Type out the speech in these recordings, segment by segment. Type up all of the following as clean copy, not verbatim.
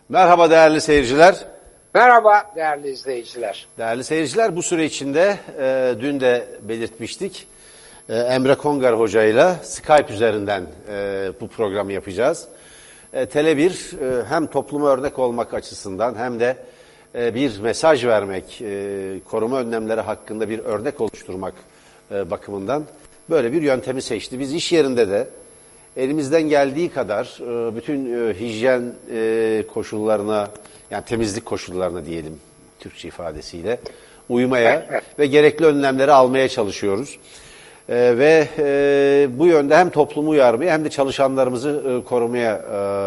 Merhaba değerli seyirciler. Merhaba değerli izleyiciler. Değerli seyirciler, bu süre içinde dün de belirtmiştik. Emre Kongar Hoca ile Skype üzerinden bu programı yapacağız. Tele1 hem topluma örnek olmak açısından hem de bir mesaj vermek, koruma önlemleri hakkında bir örnek oluşturmak bakımından böyle bir yöntemi seçti. Biz iş yerinde de elimizden geldiği kadar bütün hijyen koşullarına, yani temizlik koşullarına diyelim Türkçe ifadesiyle uymaya ve gerekli önlemleri almaya çalışıyoruz. Ve bu yönde hem toplumu uyarmaya hem de çalışanlarımızı korumaya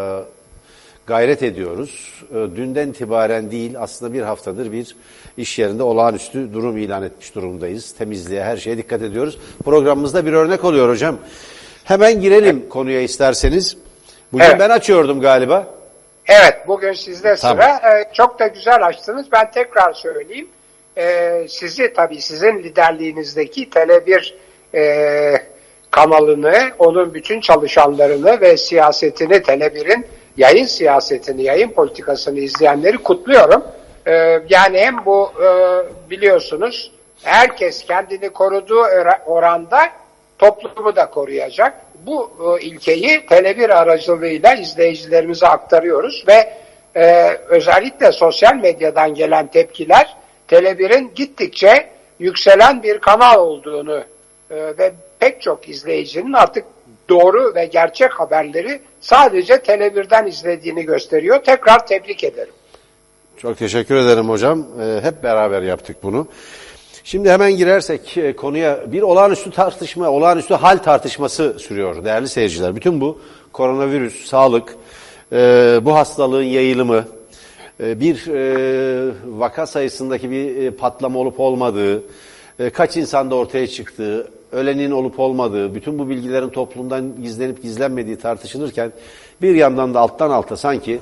gayret ediyoruz. Dünden itibaren değil, aslında bir haftadır bir iş yerinde olağanüstü durum ilan etmiş durumdayız. Temizliğe, her şeye dikkat ediyoruz. Programımızda bir örnek oluyor hocam. Hemen girelim konuya isterseniz. Bugün ben açıyordum galiba. Evet, bugün sizde sıra. Tamam. Çok da güzel açtınız. Ben tekrar söyleyeyim. Sizin liderliğinizdeki Tele1 kanalını, onun bütün çalışanlarını ve siyasetini, Tele1'in yayın siyasetini, yayın politikasını izleyenleri kutluyorum. Yani hem bu biliyorsunuz herkes kendini koruduğu oranda toplumu da koruyacak. Bu ilkeyi Tele1 aracılığıyla izleyicilerimize aktarıyoruz ve özellikle sosyal medyadan gelen tepkiler Tele1'in gittikçe yükselen bir kanal olduğunu ve pek çok izleyicinin artık doğru ve gerçek haberleri sadece Tele1'den izlediğini gösteriyor. Tekrar tebrik ederim. Çok teşekkür ederim hocam. Hep beraber yaptık bunu. Şimdi hemen girersek konuya, bir olağanüstü hal tartışması sürüyor değerli seyirciler. Bütün bu koronavirüs, sağlık, bu hastalığın yayılımı, bir vaka sayısındaki bir patlama olup olmadığı, kaç insanda ortaya çıktığı, ölenin olup olmadığı, bütün bu bilgilerin toplumdan gizlenip gizlenmediği tartışılırken bir yandan da alttan alta sanki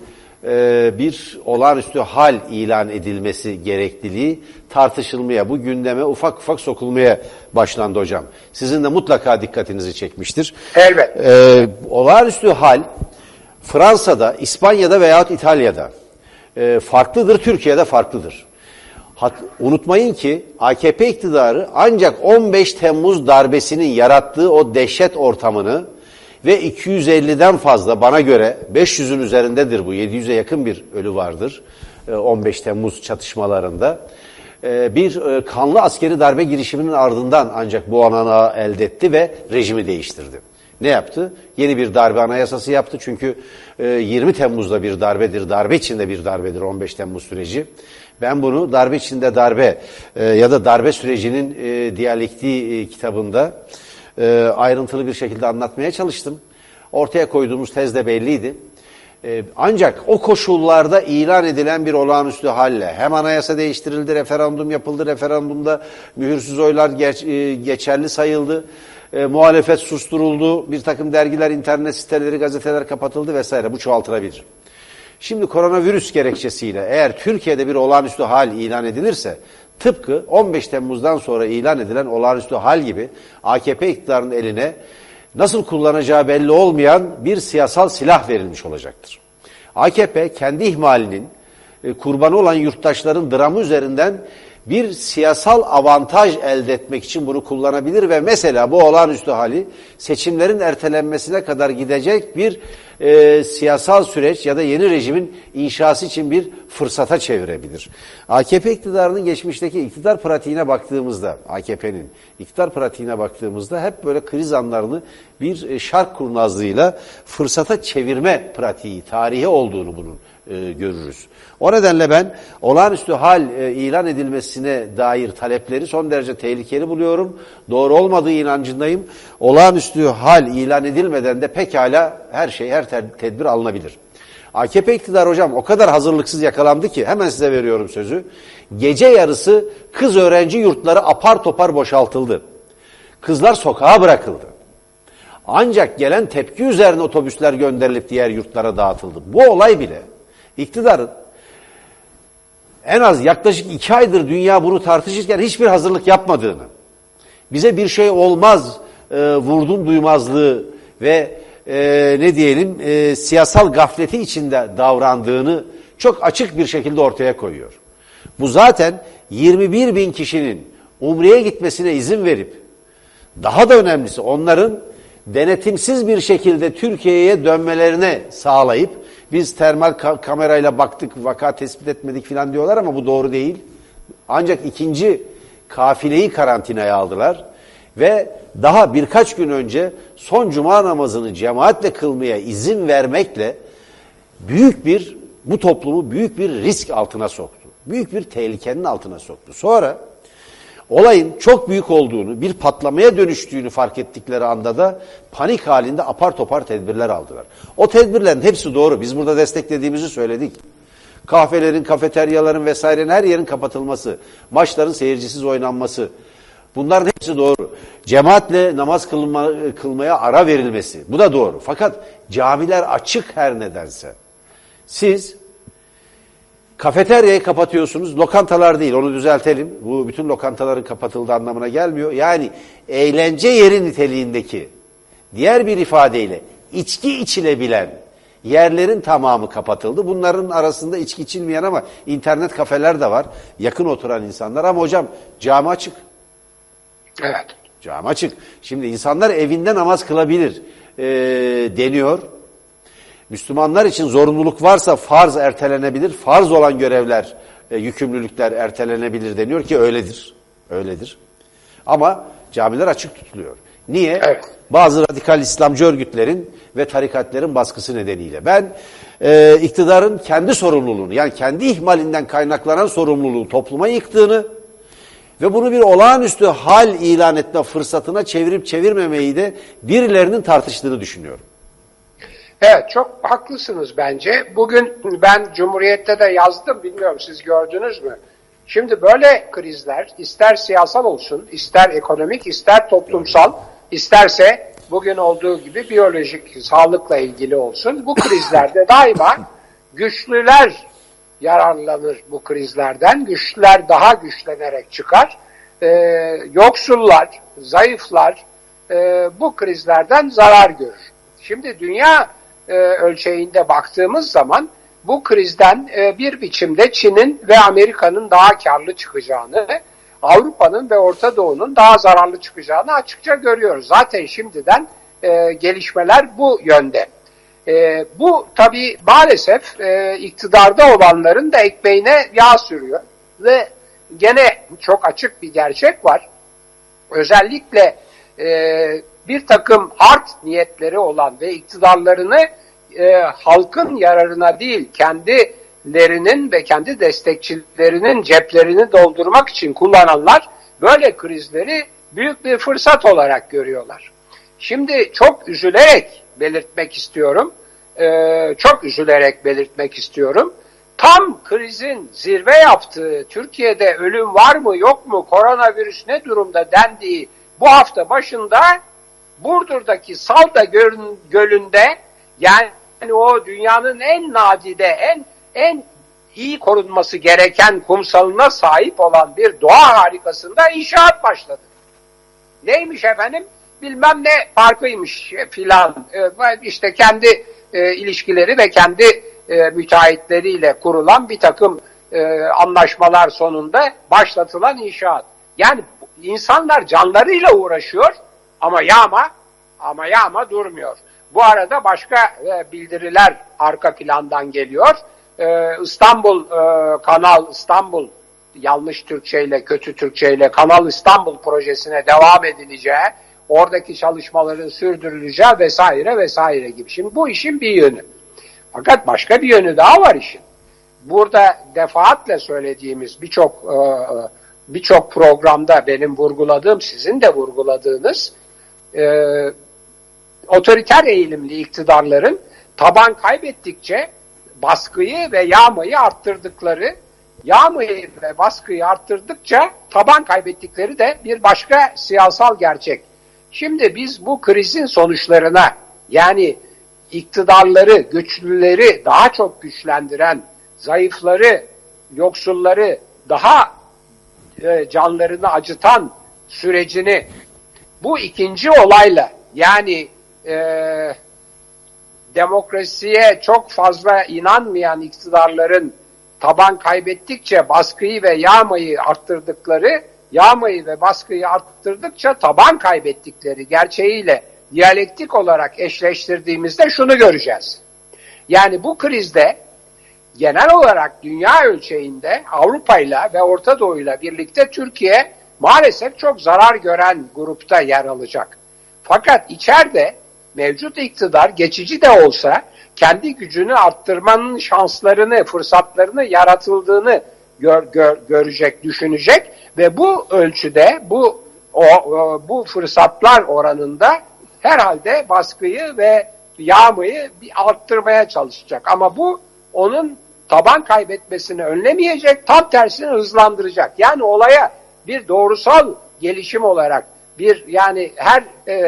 bir olağanüstü hal ilan edilmesi gerekliliği tartışılmaya, bu gündeme ufak ufak sokulmaya başlandı hocam. Sizin de mutlaka dikkatinizi çekmiştir. Elbette. Olağanüstü hal Fransa'da, İspanya'da veyahut İtalya'da farklıdır, Türkiye'de farklıdır. Unutmayın ki AKP iktidarı ancak 15 Temmuz darbesinin yarattığı o dehşet ortamını ve 250'den fazla, bana göre 500'ün üzerindedir bu, 700'e yakın bir ölü vardır 15 Temmuz çatışmalarında. Bir kanlı askeri darbe girişiminin ardından ancak bu olanağı elde etti ve rejimi değiştirdi. Ne yaptı? Yeni bir darbe anayasası yaptı. Çünkü 20 Temmuz'da bir darbedir, darbe içinde bir darbedir 15 Temmuz süreci. Ben bunu darbe içinde darbe ya da darbe sürecinin diyalektiği kitabında ayrıntılı bir şekilde anlatmaya çalıştım. Ortaya koyduğumuz tez de belliydi. Ancak o koşullarda ilan edilen bir olağanüstü halle hem anayasa değiştirildi, referandum yapıldı, referandumda mühürsüz oylar geçerli sayıldı, muhalefet susturuldu, bir takım dergiler, internet siteleri, gazeteler kapatıldı vesaire. Bu çoğaltılabilir. Şimdi koronavirüs gerekçesiyle eğer Türkiye'de bir olağanüstü hal ilan edilirse, tıpkı 15 Temmuz'dan sonra ilan edilen olağanüstü hal gibi AKP iktidarının eline nasıl kullanacağı belli olmayan bir siyasal silah verilmiş olacaktır. AKP kendi ihmalinin kurbanı olan yurttaşların dramı üzerinden bir siyasal avantaj elde etmek için bunu kullanabilir ve mesela bu olağanüstü hali seçimlerin ertelenmesine kadar gidecek bir siyasal süreç ya da yeni rejimin inşası için bir fırsata çevirebilir. AKP iktidarının geçmişteki iktidar pratiğine baktığımızda, AKP'nin iktidar pratiğine baktığımızda hep böyle kriz anlarını bir şark kurnazlığıyla fırsata çevirme pratiği, tarihi olduğunu bunun görürüz. O nedenle ben olağanüstü hal ilan edilmesine dair talepleri son derece tehlikeli buluyorum. Doğru olmadığı inancındayım. Olağanüstü hal ilan edilmeden de pekala her tedbir alınabilir. AKP iktidar hocam o kadar hazırlıksız yakalandı ki hemen size veriyorum sözü. Gece yarısı kız öğrenci yurtları apar topar boşaltıldı. Kızlar sokağa bırakıldı. Ancak gelen tepki üzerine otobüsler gönderilip diğer yurtlara dağıtıldı. Bu olay bile iktidarın en az yaklaşık 2 aydır dünya bunu tartışırken hiçbir hazırlık yapmadığını, bize bir şey olmaz vurdum duymazlığı ve siyasal gafleti içinde davrandığını çok açık bir şekilde ortaya koyuyor. Bu zaten 21 bin kişinin Umre'ye gitmesine izin verip, daha da önemlisi onların denetimsiz bir şekilde Türkiye'ye dönmelerine sağlayıp, biz termal kamerayla baktık, vaka tespit etmedik falan diyorlar ama bu doğru değil. Ancak ikinci kafileyi karantinaya aldılar ve daha birkaç gün önce son cuma namazını cemaatle kılmaya izin vermekle bu toplumu büyük bir risk altına soktu. Büyük bir tehlikenin altına soktu. Sonra olayın çok büyük olduğunu, bir patlamaya dönüştüğünü fark ettikleri anda da panik halinde apar topar tedbirler aldılar. O tedbirlerin hepsi doğru. Biz burada desteklediğimizi söyledik. Kahvelerin, kafeteryaların vesairenin her yerin kapatılması, maçların seyircisiz oynanması, bunların hepsi doğru. Cemaatle namaz kılmaya ara verilmesi, bu da doğru. Fakat camiler açık her nedense. Siz kafeteryayı kapatıyorsunuz, lokantalar değil, onu düzeltelim. Bu bütün lokantaların kapatıldığı anlamına gelmiyor. Yani eğlence yeri niteliğindeki, diğer bir ifadeyle içki içilebilen yerlerin tamamı kapatıldı. Bunların arasında içki içilmeyen ama internet kafeler de var. Yakın oturan insanlar ama hocam cami açık. Evet. Cami açık. Şimdi insanlar evinde namaz kılabilir deniyor. Müslümanlar için zorunluluk varsa farz ertelenebilir. Farz olan görevler, yükümlülükler ertelenebilir deniyor ki öyledir. Öyledir. Ama camiler açık tutuluyor. Niye? Evet. Bazı radikal İslamcı örgütlerin ve tarikatlerin baskısı nedeniyle. Ben iktidarın kendi sorumluluğunu, yani kendi ihmalinden kaynaklanan sorumluluğu topluma yıktığını ve bunu bir olağanüstü hal ilan etme fırsatına çevirip çevirmemeyi de birilerinin tartıştığını düşünüyorum. Evet, çok haklısınız bence. Bugün ben Cumhuriyet'te de yazdım, bilmiyorum siz gördünüz mü? Şimdi böyle krizler ister siyasal olsun, ister ekonomik, ister toplumsal, isterse bugün olduğu gibi biyolojik sağlıkla ilgili olsun. Bu krizlerde daima güçlüler yararlanır bu krizlerden. Güçlüler daha güçlenerek çıkar. Yoksullar, zayıflar bu krizlerden zarar görür. Şimdi dünya ölçeğinde baktığımız zaman bu krizden bir biçimde Çin'in ve Amerika'nın daha karlı çıkacağını, Avrupa'nın ve Orta Doğu'nun daha zararlı çıkacağını açıkça görüyoruz. Zaten şimdiden gelişmeler bu yönde. Bu tabii maalesef iktidarda olanların da ekmeğine yağ sürüyor. Ve gene çok açık bir gerçek var. Özellikle bir takım art niyetleri olan ve iktidarlarını halkın yararına değil, kendilerinin ve kendi destekçilerinin ceplerini doldurmak için kullananlar böyle krizleri büyük bir fırsat olarak görüyorlar. Şimdi çok üzülerek belirtmek istiyorum. Tam krizin zirve yaptığı, Türkiye'de ölüm var mı yok mu, koronavirüs ne durumda dendiği bu hafta başında Burdur'daki Salda Gölü'nde, yani o dünyanın en nadide, en iyi korunması gereken kumsalına sahip olan bir doğa harikasında inşaat başladı. Neymiş efendim? Bilmem ne parkıymış filan. İşte kendi ilişkileri ve kendi müteahhitleriyle kurulan bir takım anlaşmalar sonunda başlatılan inşaat. Yani insanlar canlarıyla uğraşıyor ama yağma durmuyor. Bu arada başka bildiriler arka plandan geliyor. Kanal İstanbul, yanlış Türkçeyle, kötü Türkçeyle Kanal İstanbul projesine devam edileceği, oradaki çalışmaların sürdürüleceği vesaire gibi. Şimdi bu işin bir yönü. Fakat başka bir yönü daha var işin. Burada defaatle söylediğimiz birçok programda benim vurguladığım, sizin de vurguladığınız otoriter eğilimli iktidarların taban kaybettikçe baskıyı ve yağmayı ve baskıyı arttırdıkça taban kaybettikleri de bir başka siyasal gerçek. Şimdi biz bu krizin sonuçlarına, yani iktidarları, güçlüleri daha çok güçlendiren, zayıfları, yoksulları daha canlarını acıtan sürecini bu ikinci olayla, yani demokrasiye çok fazla inanmayan iktidarların taban kaybettikçe baskıyı ve yağmayı arttırdıkları, yağmayı ve baskıyı arttırdıkça taban kaybettikleri gerçeğiyle diyalektik olarak eşleştirdiğimizde şunu göreceğiz. Yani bu krizde genel olarak dünya ölçeğinde Avrupa'yla ve Orta Doğu'yla birlikte Türkiye maalesef çok zarar gören grupta yer alacak. Fakat içeride mevcut iktidar geçici de olsa kendi gücünü arttırmanın şanslarını, fırsatlarını yaratıldığını görecek, düşünecek ve bu ölçüde bu fırsatlar oranında herhalde baskıyı ve yağmayı arttırmaya çalışacak. Ama bu onun taban kaybetmesini önlemeyecek, tam tersini hızlandıracak. Yani olaya bir doğrusal gelişim olarak yani her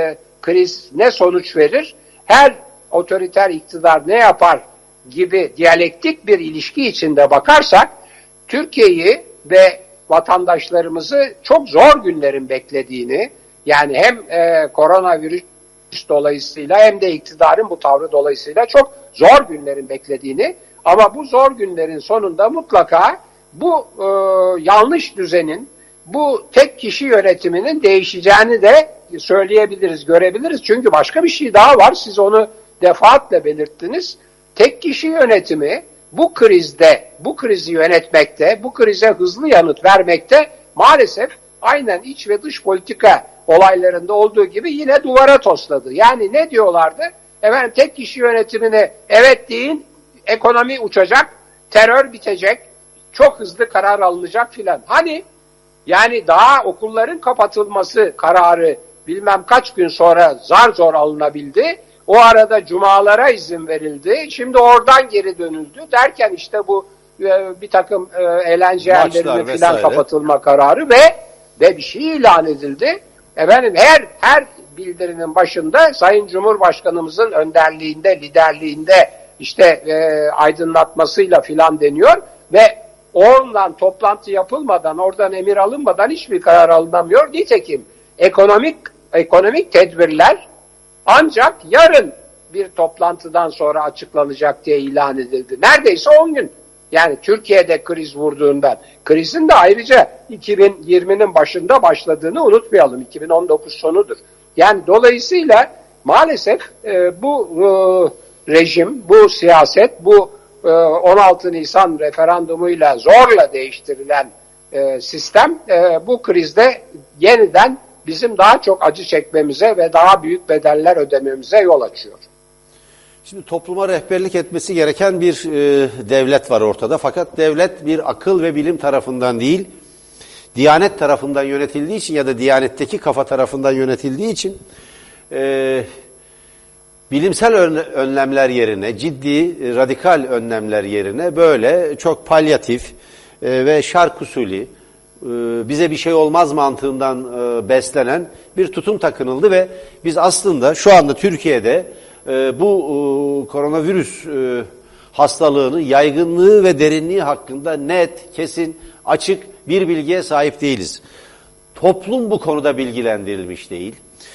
kriz ne sonuç verir, her otoriter iktidar ne yapar gibi diyalektik bir ilişki içinde bakarsak Türkiye'yi ve vatandaşlarımızı çok zor günlerin beklediğini, yani hem koronavirüs dolayısıyla hem de iktidarın bu tavrı dolayısıyla çok zor günlerin beklediğini, ama bu zor günlerin sonunda mutlaka bu yanlış düzenin, bu tek kişi yönetiminin değişeceğini de söyleyebiliriz, görebiliriz. Çünkü başka bir şey daha var. Siz onu defaatle belirttiniz. Tek kişi yönetimi bu krizde, bu krizi yönetmekte, bu krize hızlı yanıt vermekte maalesef aynen iç ve dış politika olaylarında olduğu gibi yine duvara tosladı. Yani ne diyorlardı? Efendim tek kişi yönetimine evet deyin, ekonomi uçacak, terör bitecek, çok hızlı karar alınacak filan. Hani yani daha okulların kapatılması kararı bilmem kaç gün sonra zar zor alınabildi. O arada cumalara izin verildi. Şimdi oradan geri dönüldü. Derken işte bu bir takım eğlence yerlerinin filan kapatılma kararı ve bir şey ilan edildi. Efendim her bildirinin başında Sayın Cumhurbaşkanımızın önderliğinde, liderliğinde işte aydınlatmasıyla filan deniyor ve ondan toplantı yapılmadan, oradan emir alınmadan hiçbir karar alınamıyor. Nitekim ekonomik tedbirler ancak yarın bir toplantıdan sonra açıklanacak diye ilan edildi. Neredeyse 10 gün. Yani Türkiye'de kriz vurduğundan. Krizin de ayrıca 2020'nin başında başladığını unutmayalım. 2019 sonudur. Yani dolayısıyla maalesef bu rejim, bu siyaset, bu 16 Nisan referandumuyla zorla değiştirilen sistem bu krizde yeniden bizim daha çok acı çekmemize ve daha büyük bedeller ödememize yol açıyor. Şimdi topluma rehberlik etmesi gereken bir devlet var ortada. Fakat devlet bir akıl ve bilim tarafından değil, Diyanet tarafından yönetildiği için ya da Diyanet'teki kafa tarafından yönetildiği için bilimsel önlemler yerine, ciddi, radikal önlemler yerine böyle çok palyatif ve şark usulü, bize bir şey olmaz mantığından beslenen bir tutum takınıldı ve biz aslında şu anda Türkiye'de bu koronavirüs hastalığının yaygınlığı ve derinliği hakkında net, kesin, açık bir bilgiye sahip değiliz. Toplum bu konuda bilgilendirilmiş değil.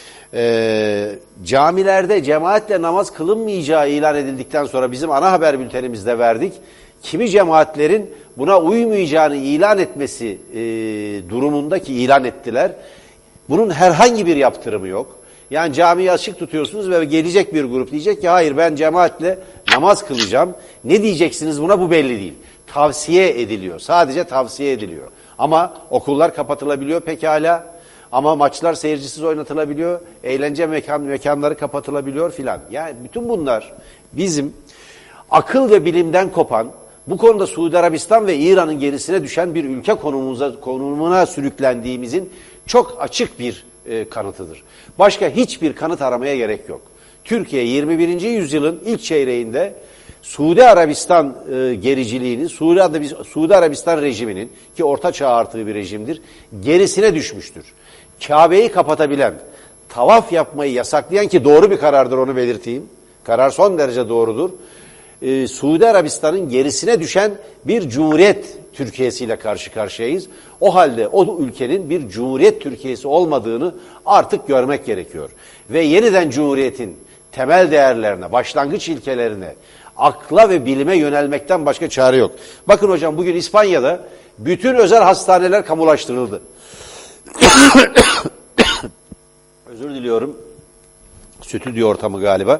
Camilerde cemaatle namaz kılınmayacağı ilan edildikten sonra bizim ana haber bültenimizde verdik. Kimi cemaatlerin buna uymayacağını ilan etmesi durumunda ki ilan ettiler. Bunun herhangi bir yaptırımı yok. Yani camiyi açık tutuyorsunuz ve gelecek bir grup diyecek ki hayır ben cemaatle namaz kılacağım. Ne diyeceksiniz buna, bu belli değil. Tavsiye ediliyor. Sadece tavsiye ediliyor. Ama okullar kapatılabiliyor pekala. Ama maçlar seyircisiz oynatılabiliyor. Eğlence mekanları kapatılabiliyor filan. Yani bütün bunlar bizim akıl ve bilimden kopan, bu konuda Suudi Arabistan ve İran'ın gerisine düşen bir ülke konumuna sürüklendiğimizin çok açık bir kanıtıdır. Başka hiçbir kanıt aramaya gerek yok. Türkiye 21. yüzyılın ilk çeyreğinde Suudi Arabistan gericiliğinin, Suudi Arabistan rejiminin ki Orta Çağ artığı bir rejimdir, gerisine düşmüştür. Kabe'yi kapatabilen, tavaf yapmayı yasaklayan ki doğru bir karardır onu belirteyim. Karar son derece doğrudur. Suudi Arabistan'ın gerisine düşen bir cumhuriyet Türkiye'siyle karşı karşıyayız. O halde o ülkenin bir cumhuriyet Türkiye'si olmadığını artık görmek gerekiyor. Ve yeniden cumhuriyetin temel değerlerine, başlangıç ilkelerine, akla ve bilime yönelmekten başka çare yok. Bakın hocam, bugün İspanya'da bütün özel hastaneler kamulaştırıldı. Özür diliyorum. Stüdyo ortamı galiba.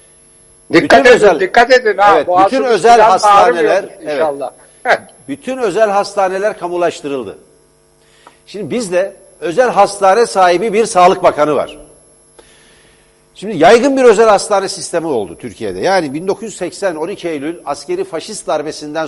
Dikkat edin ha. Evet, bütün özel hastaneler, inşallah. evet, bütün özel hastaneler kamulaştırıldı. Şimdi bizde özel hastane sahibi bir Sağlık Bakanı var. Şimdi yaygın bir özel hastane sistemi oldu Türkiye'de. Yani 1980 12 Eylül askeri faşist darbesinden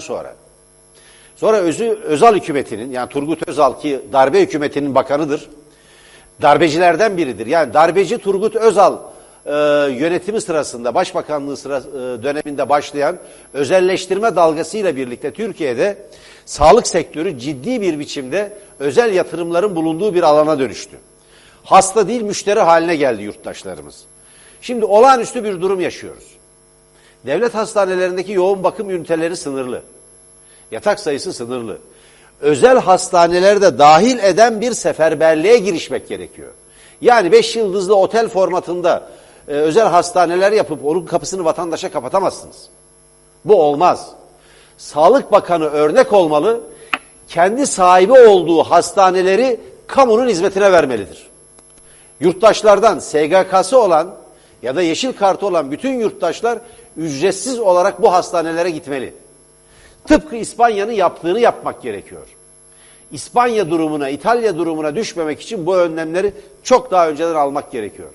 sonra Özal hükümetinin, yani Turgut Özal ki darbe hükümetinin bakanıdır, darbecilerden biridir. Yani darbeci Turgut Özal yönetimi sırasında, başbakanlığı döneminde başlayan özelleştirme dalgasıyla birlikte Türkiye'de sağlık sektörü ciddi bir biçimde özel yatırımların bulunduğu bir alana dönüştü. Hasta değil, müşteri haline geldi yurttaşlarımız. Şimdi olağanüstü bir durum yaşıyoruz. Devlet hastanelerindeki yoğun bakım üniteleri sınırlı. Yatak sayısı sınırlı. Özel hastaneleri de dahil eden bir seferberliğe girişmek gerekiyor. Yani 5 yıldızlı otel formatında özel hastaneler yapıp onun kapısını vatandaşa kapatamazsınız. Bu olmaz. Sağlık Bakanı örnek olmalı, kendi sahibi olduğu hastaneleri kamunun hizmetine vermelidir. Yurttaşlardan SGK'sı olan ya da yeşil kartı olan bütün yurttaşlar ücretsiz olarak bu hastanelere gitmeli. Tıpkı İspanya'nın yaptığını yapmak gerekiyor. İspanya durumuna, İtalya durumuna düşmemek için bu önlemleri çok daha önceden almak gerekiyor.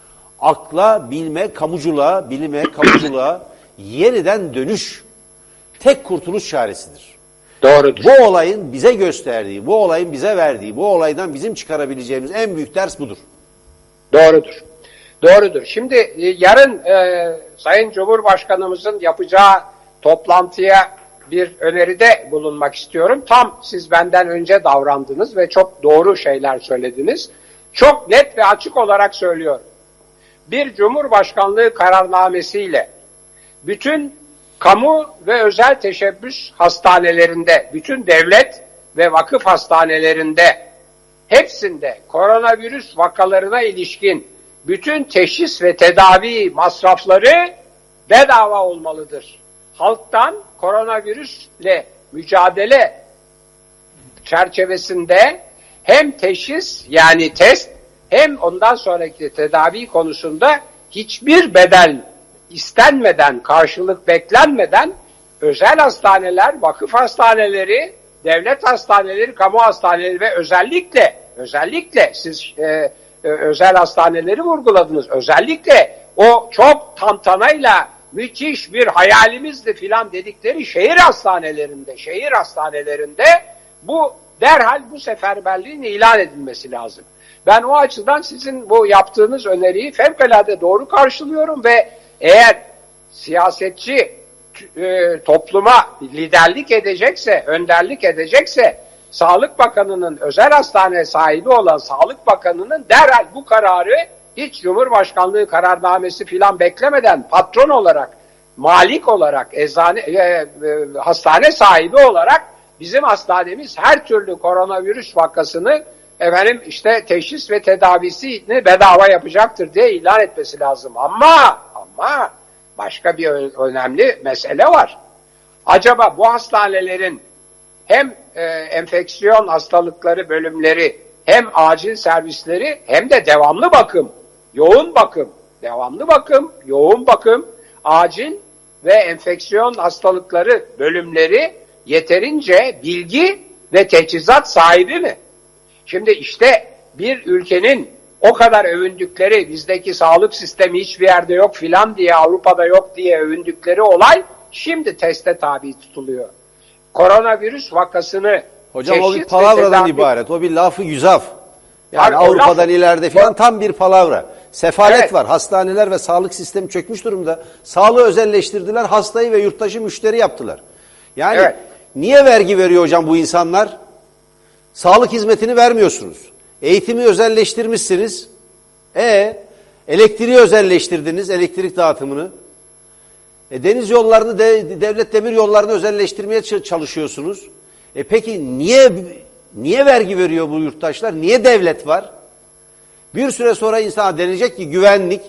Akla, bilime, kamuculuğa, bilime, kamuculuğa yeniden dönüş tek kurtuluş çaresidir. Doğrudur. Bu olayın bize gösterdiği, bu olayın bize verdiği, bu olaydan bizim çıkarabileceğimiz en büyük ders budur. Doğrudur. Doğrudur. Şimdi yarın Sayın Cumhurbaşkanımızın yapacağı toplantıya bir öneride bulunmak istiyorum. Tam siz benden önce davrandınız ve çok doğru şeyler söylediniz. Çok net ve açık olarak söylüyorum. Bir Cumhurbaşkanlığı kararnamesiyle bütün kamu ve özel teşebbüs hastanelerinde, bütün devlet ve vakıf hastanelerinde hepsinde koronavirüs vakalarına ilişkin bütün teşhis ve tedavi masrafları bedava olmalıdır. Halktan koronavirüsle mücadele çerçevesinde hem teşhis yani test hem ondan sonraki tedavi konusunda hiçbir bedel istenmeden, karşılık beklenmeden özel hastaneler, vakıf hastaneleri, devlet hastaneleri, kamu hastaneleri ve özellikle siz özel hastaneleri vurguladınız. Özellikle o çok tantanayla müthiş bir hayalimizdi filan dedikleri şehir hastanelerinde bu derhal bu seferberliğin ilan edilmesi lazım. Ben o açıdan sizin bu yaptığınız öneriyi fevkalade doğru karşılıyorum ve eğer siyasetçi topluma liderlik edecekse, önderlik edecekse, Sağlık Bakanı'nın özel hastane sahibi olan Sağlık Bakanı'nın derhal bu kararı hiç Cumhurbaşkanlığı kararnamesi filan beklemeden patron olarak, malik olarak, hastane sahibi olarak bizim hastanemiz her türlü koronavirüs vakasını teşhis ve tedavisini bedava yapacaktır diye ilan etmesi lazım. Ama başka bir önemli mesele var. Acaba bu hastanelerin hem enfeksiyon hastalıkları bölümleri, hem acil servisleri, hem de devamlı bakım, yoğun bakım, acil ve enfeksiyon hastalıkları bölümleri yeterince bilgi ve teçhizat sahibi mi? Şimdi işte bir ülkenin o kadar övündükleri, bizdeki sağlık sistemi hiçbir yerde yok filan diye, Avrupa'da yok diye övündükleri olay şimdi teste tabi tutuluyor. Koronavirüs vakasını hocam o bir palavradan ibaret. O bir lafı güzaf. Yani Avrupa'dan ileride falan tam bir palavra. Sefalet var. Hastaneler ve sağlık sistemi çökmüş durumda. Sağlığı özelleştirdiler. Hastayı ve yurttaşı müşteri yaptılar. Yani niye vergi veriyor hocam bu insanlar? Sağlık hizmetini vermiyorsunuz. Eğitimi özelleştirmişsiniz. Elektriği özelleştirdiniz. Elektrik dağıtımını. Deniz yollarını, devlet demir yollarını özelleştirmeye çalışıyorsunuz. Peki niye vergi veriyor bu yurttaşlar? Niye devlet var? Bir süre sonra insana denilecek ki güvenlik,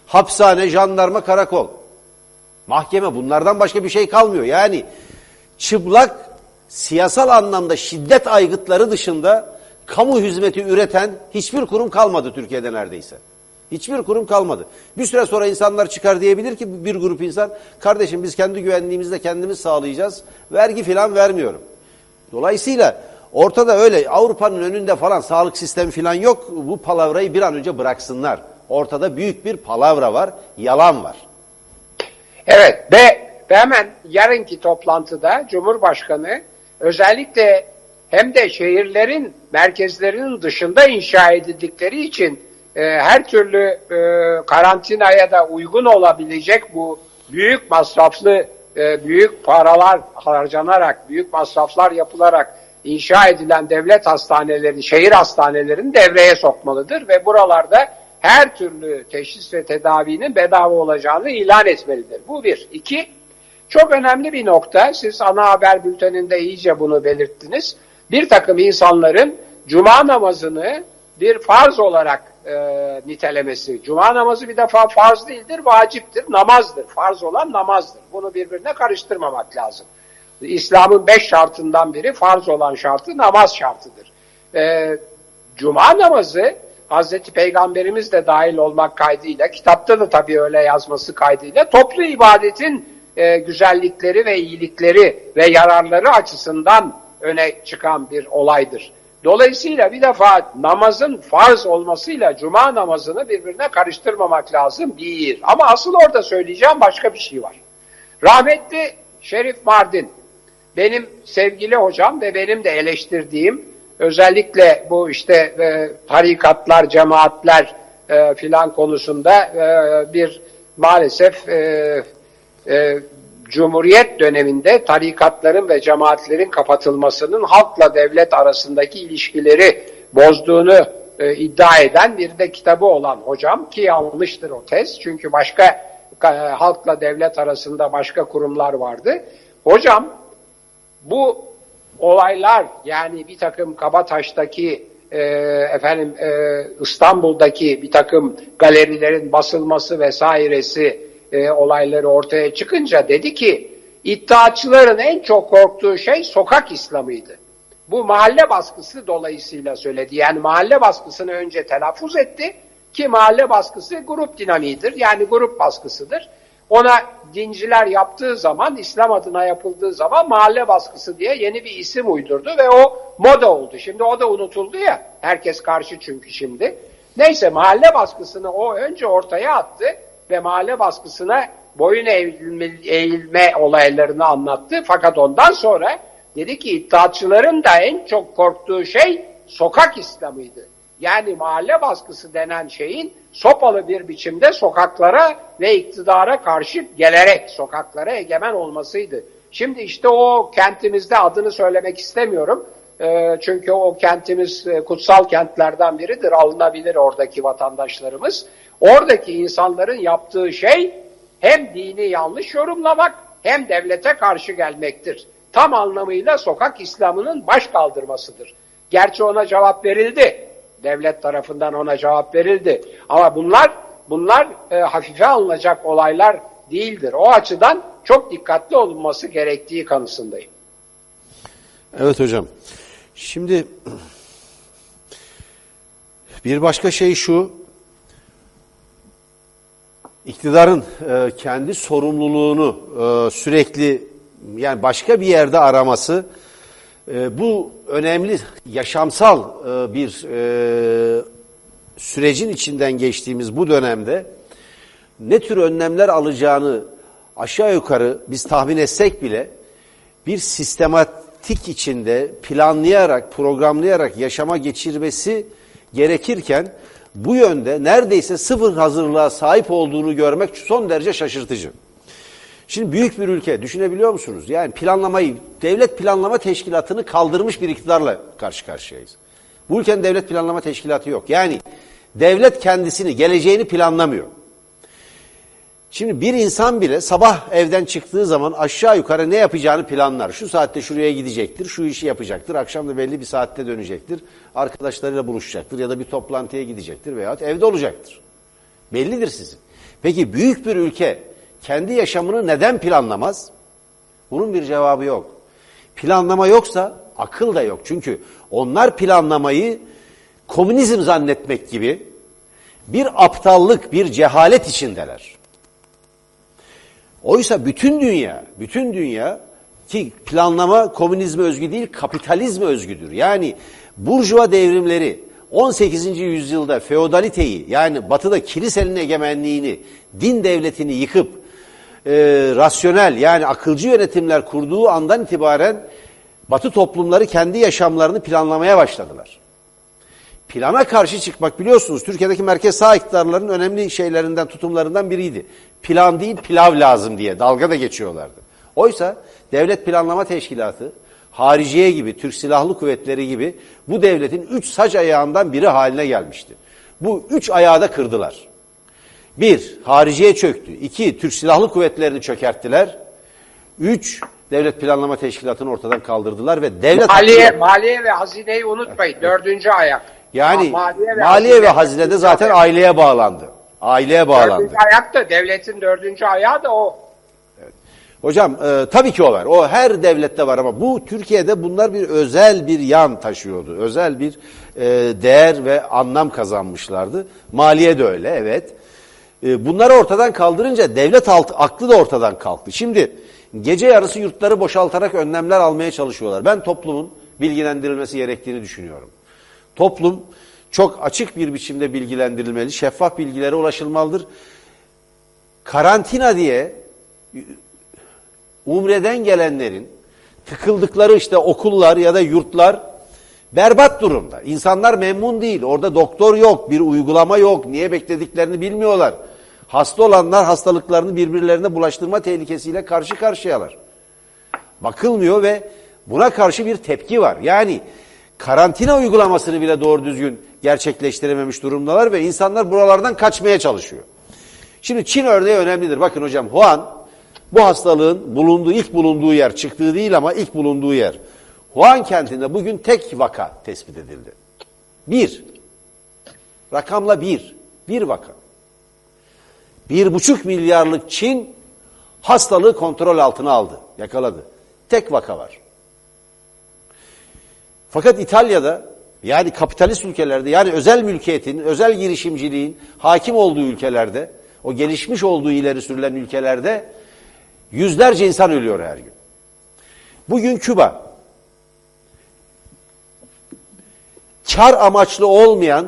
hapishane, jandarma, karakol, mahkeme, bunlardan başka bir şey kalmıyor. Yani çıplak siyasal anlamda şiddet aygıtları dışında kamu hizmeti üreten hiçbir kurum kalmadı Türkiye'de neredeyse. Hiçbir kurum kalmadı. Bir süre sonra insanlar çıkar diyebilir ki bir grup insan, kardeşim biz kendi güvenliğimizi de kendimiz sağlayacağız, vergi falan vermiyorum. Dolayısıyla ortada öyle Avrupa'nın önünde falan sağlık sistemi falan yok. Bu palavrayı bir an önce bıraksınlar. Ortada büyük bir palavra var, yalan var. Evet ve hemen yarınki toplantıda Cumhurbaşkanı özellikle hem de şehirlerin merkezlerinin dışında inşa edildikleri için her türlü karantinaya da uygun olabilecek bu büyük masraflı, büyük paralar harcanarak, büyük masraflar yapılarak inşa edilen devlet hastaneleri, şehir hastanelerini devreye sokmalıdır ve buralarda her türlü teşhis ve tedavinin bedava olacağını ilan etmelidir. Bu bir. İki, çok önemli bir nokta, siz ana haber bülteninde iyice bunu belirttiniz. Bir takım insanların cuma namazını bir farz olarak nitelemesi. Cuma namazı bir defa farz değildir, vaciptir, namazdır. Farz olan namazdır. Bunu birbirine karıştırmamak lazım. İslam'ın 5 şartından biri farz olan şartı namaz şartıdır. Cuma namazı Hazreti Peygamberimiz de dahil olmak kaydıyla, kitapta da tabii öyle yazması kaydıyla toplu ibadetin güzellikleri ve iyilikleri ve yararları açısından öne çıkan bir olaydır. Dolayısıyla bir defa namazın farz olmasıyla cuma namazını birbirine karıştırmamak lazım. Bir. Ama asıl orada söyleyeceğim başka bir şey var. Rahmetli Şerif Mardin, benim sevgili hocam ve benim de eleştirdiğim, özellikle bu işte tarikatlar, cemaatler filan konusunda bir maalesef Cumhuriyet döneminde tarikatların ve cemaatlerin kapatılmasının halkla devlet arasındaki ilişkileri bozduğunu iddia eden bir de kitabı olan hocam, ki yanlıştır o tez. Çünkü başka halkla devlet arasında başka kurumlar vardı. Hocam bu olaylar, yani bir takım Kabataş'taki İstanbul'daki bir takım galerilerin basılması vesairesi olayları ortaya çıkınca dedi ki iddiaçıların en çok korktuğu şey sokak İslam'ıydı. Bu mahalle baskısı dolayısıyla söyledi. Yani mahalle baskısını önce telaffuz etti ki mahalle baskısı grup dinamiğidir. Yani grup baskısıdır. Ona dinciler yaptığı zaman, İslam adına yapıldığı zaman mahalle baskısı diye yeni bir isim uydurdu ve o moda oldu. Şimdi o da unutuldu ya. Herkes karşı çünkü şimdi. Neyse, mahalle baskısını o önce ortaya attı ve mahalle baskısına boyun eğilme olaylarını anlattı. Fakat ondan sonra dedi ki iddiaçıların da en çok korktuğu şey sokak İslam'ıydı. Yani mahalle baskısı denen şeyin sopalı bir biçimde sokaklara ve iktidara karşı gelerek sokaklara egemen olmasıydı. Şimdi işte o kentimizde, adını söylemek istemiyorum. Çünkü o kentimiz kutsal kentlerden biridir, alınabilir oradaki vatandaşlarımız. Oradaki insanların yaptığı şey hem dini yanlış yorumlamak hem devlete karşı gelmektir. Tam anlamıyla sokak İslam'ının baş kaldırmasıdır. Gerçi ona cevap verildi. Devlet tarafından ona cevap verildi. Ama bunlar hafife alınacak olaylar değildir. O açıdan çok dikkatli olunması gerektiği kanısındayım. Evet hocam. Şimdi bir başka şey şu, iktidarın kendi sorumluluğunu sürekli, yani başka bir yerde araması, bu önemli yaşamsal bir sürecin içinden geçtiğimiz bu dönemde ne tür önlemler alacağını aşağı yukarı biz tahmin etsek bile bir sistematik içinde planlayarak, programlayarak yaşama geçirmesi gerekirken bu yönde neredeyse sıfır hazırlığa sahip olduğunu görmek son derece şaşırtıcı. Şimdi büyük bir ülke, düşünebiliyor musunuz? Yani planlamayı, devlet planlama teşkilatını kaldırmış bir iktidarla karşı karşıyayız. Bu ülkenin devlet planlama teşkilatı yok. Yani devlet kendisini, geleceğini planlamıyor. Şimdi bir insan bile sabah evden çıktığı zaman aşağı yukarı ne yapacağını planlar. Şu saatte şuraya gidecektir, şu işi yapacaktır, akşam da belli bir saatte dönecektir, arkadaşlarıyla buluşacaktır ya da bir toplantıya gidecektir veyahut evde olacaktır. Bellidir sizin. Peki büyük bir ülke kendi yaşamını neden planlamaz? Bunun bir cevabı yok. Planlama yoksa akıl da yok. Çünkü onlar planlamayı komünizm zannetmek gibi bir aptallık, bir cehalet içindeler. Oysa bütün dünya ki planlama komünizme özgü değil, kapitalizme özgüdür. Yani burjuva devrimleri 18. yüzyılda feodaliteyi, yani batıda kilisenin egemenliğini, din devletini yıkıp rasyonel, yani akılcı yönetimler kurduğu andan itibaren batı toplumları kendi yaşamlarını planlamaya başladılar. Plana karşı çıkmak, biliyorsunuz Türkiye'deki merkez sağ iktidarların önemli şeylerinden, tutumlarından biriydi. Plan değil pilav lazım diye dalga da geçiyorlardı. Oysa Devlet Planlama Teşkilatı, Hariciye gibi, Türk Silahlı Kuvvetleri gibi bu devletin 3 saç ayağından biri haline gelmişti. Bu 3 ayağı da kırdılar. 1. Hariciye çöktü. 2. Türk Silahlı Kuvvetleri'ni çökerttiler. 3. Devlet Planlama Teşkilatı'nı ortadan kaldırdılar ve devlet... Maliye ve hazineyi unutmayın. 4. ayak. Yani maliye ve hazine de zaten aileye bağlandı. Aileye bağlandı. 4. ayak da devletin 4. ayağı da o. Evet. Hocam tabii ki o var. O her devlette var ama bu Türkiye'de bunlar bir özel bir yan taşıyordu. Özel bir değer ve anlam kazanmışlardı. Maliye de öyle, evet. Bunları ortadan kaldırınca devlet aklı da ortadan kalktı. Şimdi gece yarısı yurtları boşaltarak önlemler almaya çalışıyorlar. Ben toplumun bilgilendirilmesi gerektiğini düşünüyorum. Toplum çok açık bir biçimde bilgilendirilmeli, şeffaf bilgilere ulaşılmalıdır. Karantina diye Umre'den gelenlerin tıkıldıkları işte okullar ya da yurtlar berbat durumda. İnsanlar memnun değil. Orada doktor yok, bir uygulama yok. Niye beklediklerini bilmiyorlar. Hasta olanlar hastalıklarını birbirlerine bulaştırma tehlikesiyle karşı karşıyalar. Bakılmıyor ve buna karşı bir tepki var. Yani karantina uygulamasını bile doğru düzgün gerçekleştirememiş durumdalar ve insanlar buralardan kaçmaya çalışıyor. Şimdi Çin örneği önemlidir. Bakın hocam, Wuhan bu hastalığın ilk bulunduğu yer, çıktığı değil ama ilk bulunduğu yer. Wuhan kentinde bugün tek vaka tespit edildi. 1. Rakamla 1. 1 vaka. 1,5 milyarlık Çin hastalığı kontrol altına aldı, yakaladı. Tek vaka var. Fakat İtalya'da, yani kapitalist ülkelerde, yani özel mülkiyetin, özel girişimciliğin hakim olduğu ülkelerde, o gelişmiş olduğu ileri sürülen ülkelerde yüzlerce insan ölüyor her gün. Bugün Küba, kar amaçlı olmayan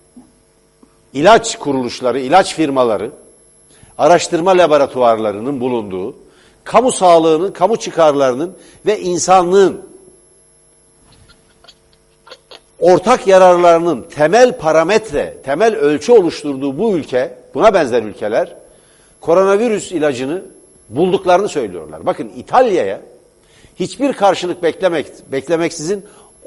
ilaç kuruluşları, ilaç firmaları, araştırma laboratuvarlarının bulunduğu, kamu sağlığının, kamu çıkarlarının ve insanlığın ortak yararlarının temel parametre, temel ölçü oluşturduğu bu ülke, buna benzer ülkeler, koronavirüs ilacını bulduklarını söylüyorlar. Bakın İtalya'ya hiçbir karşılık beklemeksizin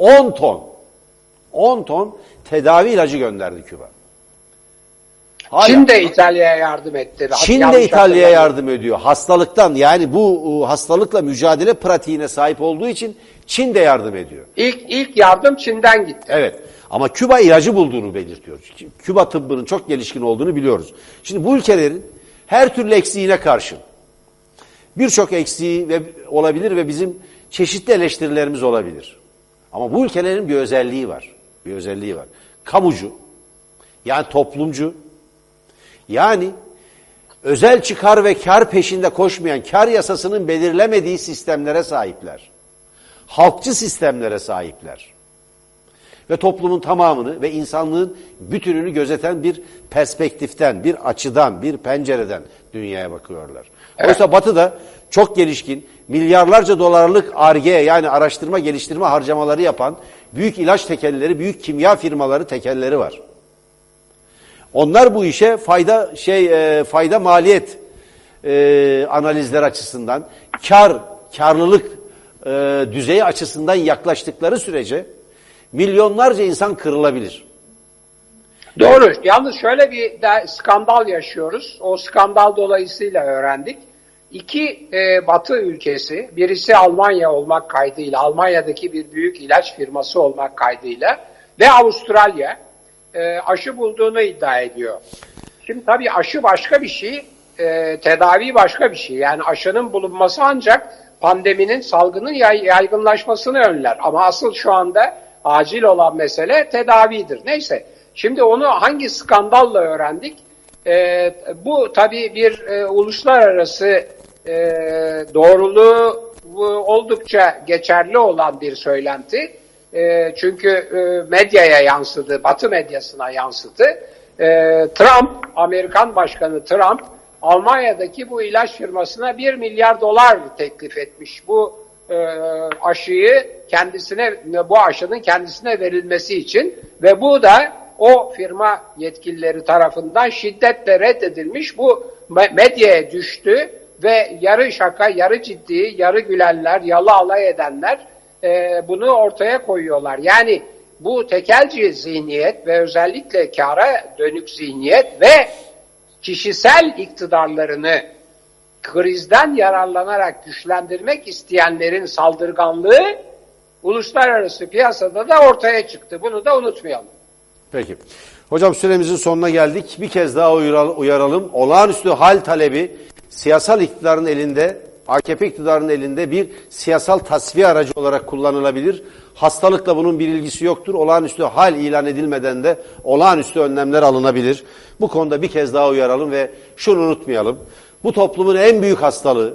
10 ton tedavi ilacı gönderdi Küba. Çin de İtalya'ya yardım etti. Çin de İtalya'ya yardım ediyor. Hastalıktan, yani bu hastalıkla mücadele pratiğine sahip olduğu için Çin de yardım ediyor. İlk yardım Çin'den gitti. Evet. Ama Küba ilacı bulduğunu belirtiyor. Küba tıbbının çok gelişkin olduğunu biliyoruz. Şimdi bu ülkelerin her türlü eksiğine karşın birçok eksiği olabilir ve bizim çeşitli eleştirilerimiz olabilir. Ama bu ülkelerin bir özelliği var. Bir özelliği var. Kamucu, yani toplumcu, yani özel çıkar ve kar peşinde koşmayan, kar yasasının belirlemediği sistemlere sahipler. Halkçı sistemlere sahipler. Ve toplumun tamamını ve insanlığın bütününü gözeten bir perspektiften, bir açıdan, bir pencereden dünyaya bakıyorlar. Evet. Oysa Batı'da çok gelişkin, milyarlarca dolarlık Ar-Ge, yani araştırma geliştirme harcamaları yapan büyük ilaç tekelleri, büyük kimya firmaları, tekelleri var. Onlar bu işe fayda maliyet analizler açısından, karlılık düzeyi açısından yaklaştıkları sürece milyonlarca insan kırılabilir. Doğru. Yalnız şöyle bir skandal yaşıyoruz. O skandal dolayısıyla öğrendik. 2 Batı ülkesi, birisi Almanya olmak kaydıyla, Almanya'daki bir büyük ilaç firması olmak kaydıyla ve Avustralya aşı bulduğunu iddia ediyor. Şimdi tabii aşı başka bir şey, tedavi başka bir şey. Yani aşının bulunması ancak pandeminin, salgının yaygınlaşmasını önler. Ama asıl şu anda acil olan mesele tedavidir. Neyse, şimdi onu hangi skandalla öğrendik? Bu tabii bir uluslararası doğruluğu oldukça geçerli olan bir söylenti. Çünkü medyaya yansıdı, Batı medyasına yansıdı. Trump, Amerikan Başkanı Trump, Almanya'daki bu ilaç firmasına 1 milyar dolar teklif etmiş. Bu aşıyı bu aşının kendisine verilmesi için ve bu da o firma yetkilileri tarafından şiddetle reddedilmiş. Bu medyaya düştü ve yarı şaka, yarı ciddi, yarı gülenler, yalı alay edenler bunu ortaya koyuyorlar. Yani bu tekelci zihniyet ve özellikle kâra dönük zihniyet ve kişisel iktidarlarını krizden yararlanarak güçlendirmek isteyenlerin saldırganlığı uluslararası piyasada da ortaya çıktı. Bunu da unutmayalım. Peki. Hocam süremizin sonuna geldik. Bir kez daha uyaralım. Olağanüstü hal talebi siyasal iktidarın elinde, AKP iktidarının elinde bir siyasal tasfiye aracı olarak kullanılabilir. Hastalıkla bunun bir ilgisi yoktur. Olağanüstü hal ilan edilmeden de olağanüstü önlemler alınabilir. Bu konuda bir kez daha uyaralım ve şunu unutmayalım. Bu toplumun en büyük hastalığı,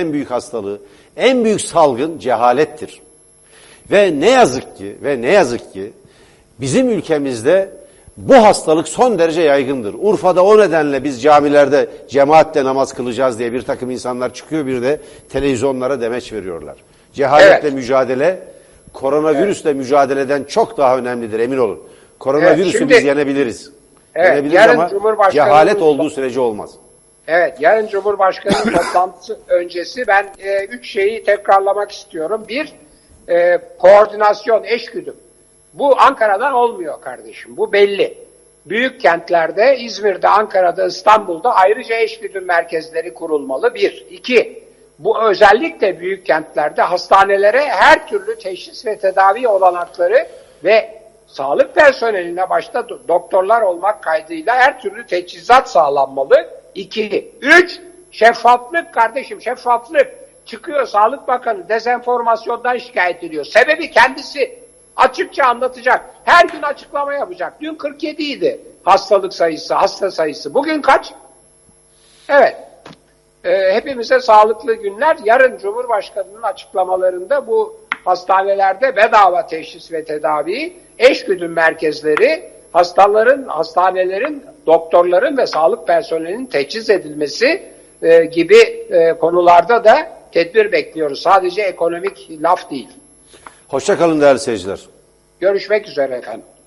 en büyük salgın cehalettir. Ve ne yazık ki bizim ülkemizde bu hastalık son derece yaygındır. Urfa'da o nedenle biz camilerde cemaatle namaz kılacağız diye bir takım insanlar çıkıyor, bir de televizyonlara demeç veriyorlar. Cehaletle mücadele, koronavirüsle mücadeleden çok daha önemlidir, emin olun. Koronavirüsü biz yenebiliriz. Yenebiliriz ama cehalet olduğu sürece olmaz. Evet, yarın Cumhurbaşkanı'nın toplantısı öncesi ben 3 şeyi tekrarlamak istiyorum. Bir, koordinasyon, eşgüdüm. Bu Ankara'dan olmuyor kardeşim, bu belli. Büyük kentlerde, İzmir'de, Ankara'da, İstanbul'da ayrıca eşgüdüm merkezleri kurulmalı. Bir. İki, bu özellikle büyük kentlerde hastanelere her türlü teşhis ve tedavi olanakları ve sağlık personeline başta doktorlar olmak kaydıyla her türlü teçhizat sağlanmalı. 2. 3. Şeffaflık kardeşim, şeffaflık. Çıkıyor Sağlık Bakanı dezenformasyondan şikayet ediyor. Sebebi kendisi açıkça anlatacak. Her gün açıklama yapacak. Dün 47 idi hasta sayısı. Bugün kaç? Evet. Hepimize sağlıklı günler. Yarın Cumhurbaşkanı'nın açıklamalarında bu hastanelerde bedava teşhis ve tedavi, eşgüdüm merkezleri, hastanelerin, doktorların ve sağlık personelinin teçhiz edilmesi gibi konularda da tedbir bekliyoruz. Sadece ekonomik laf değil. Hoşça kalın değerli seyirciler. Görüşmek üzere efendim.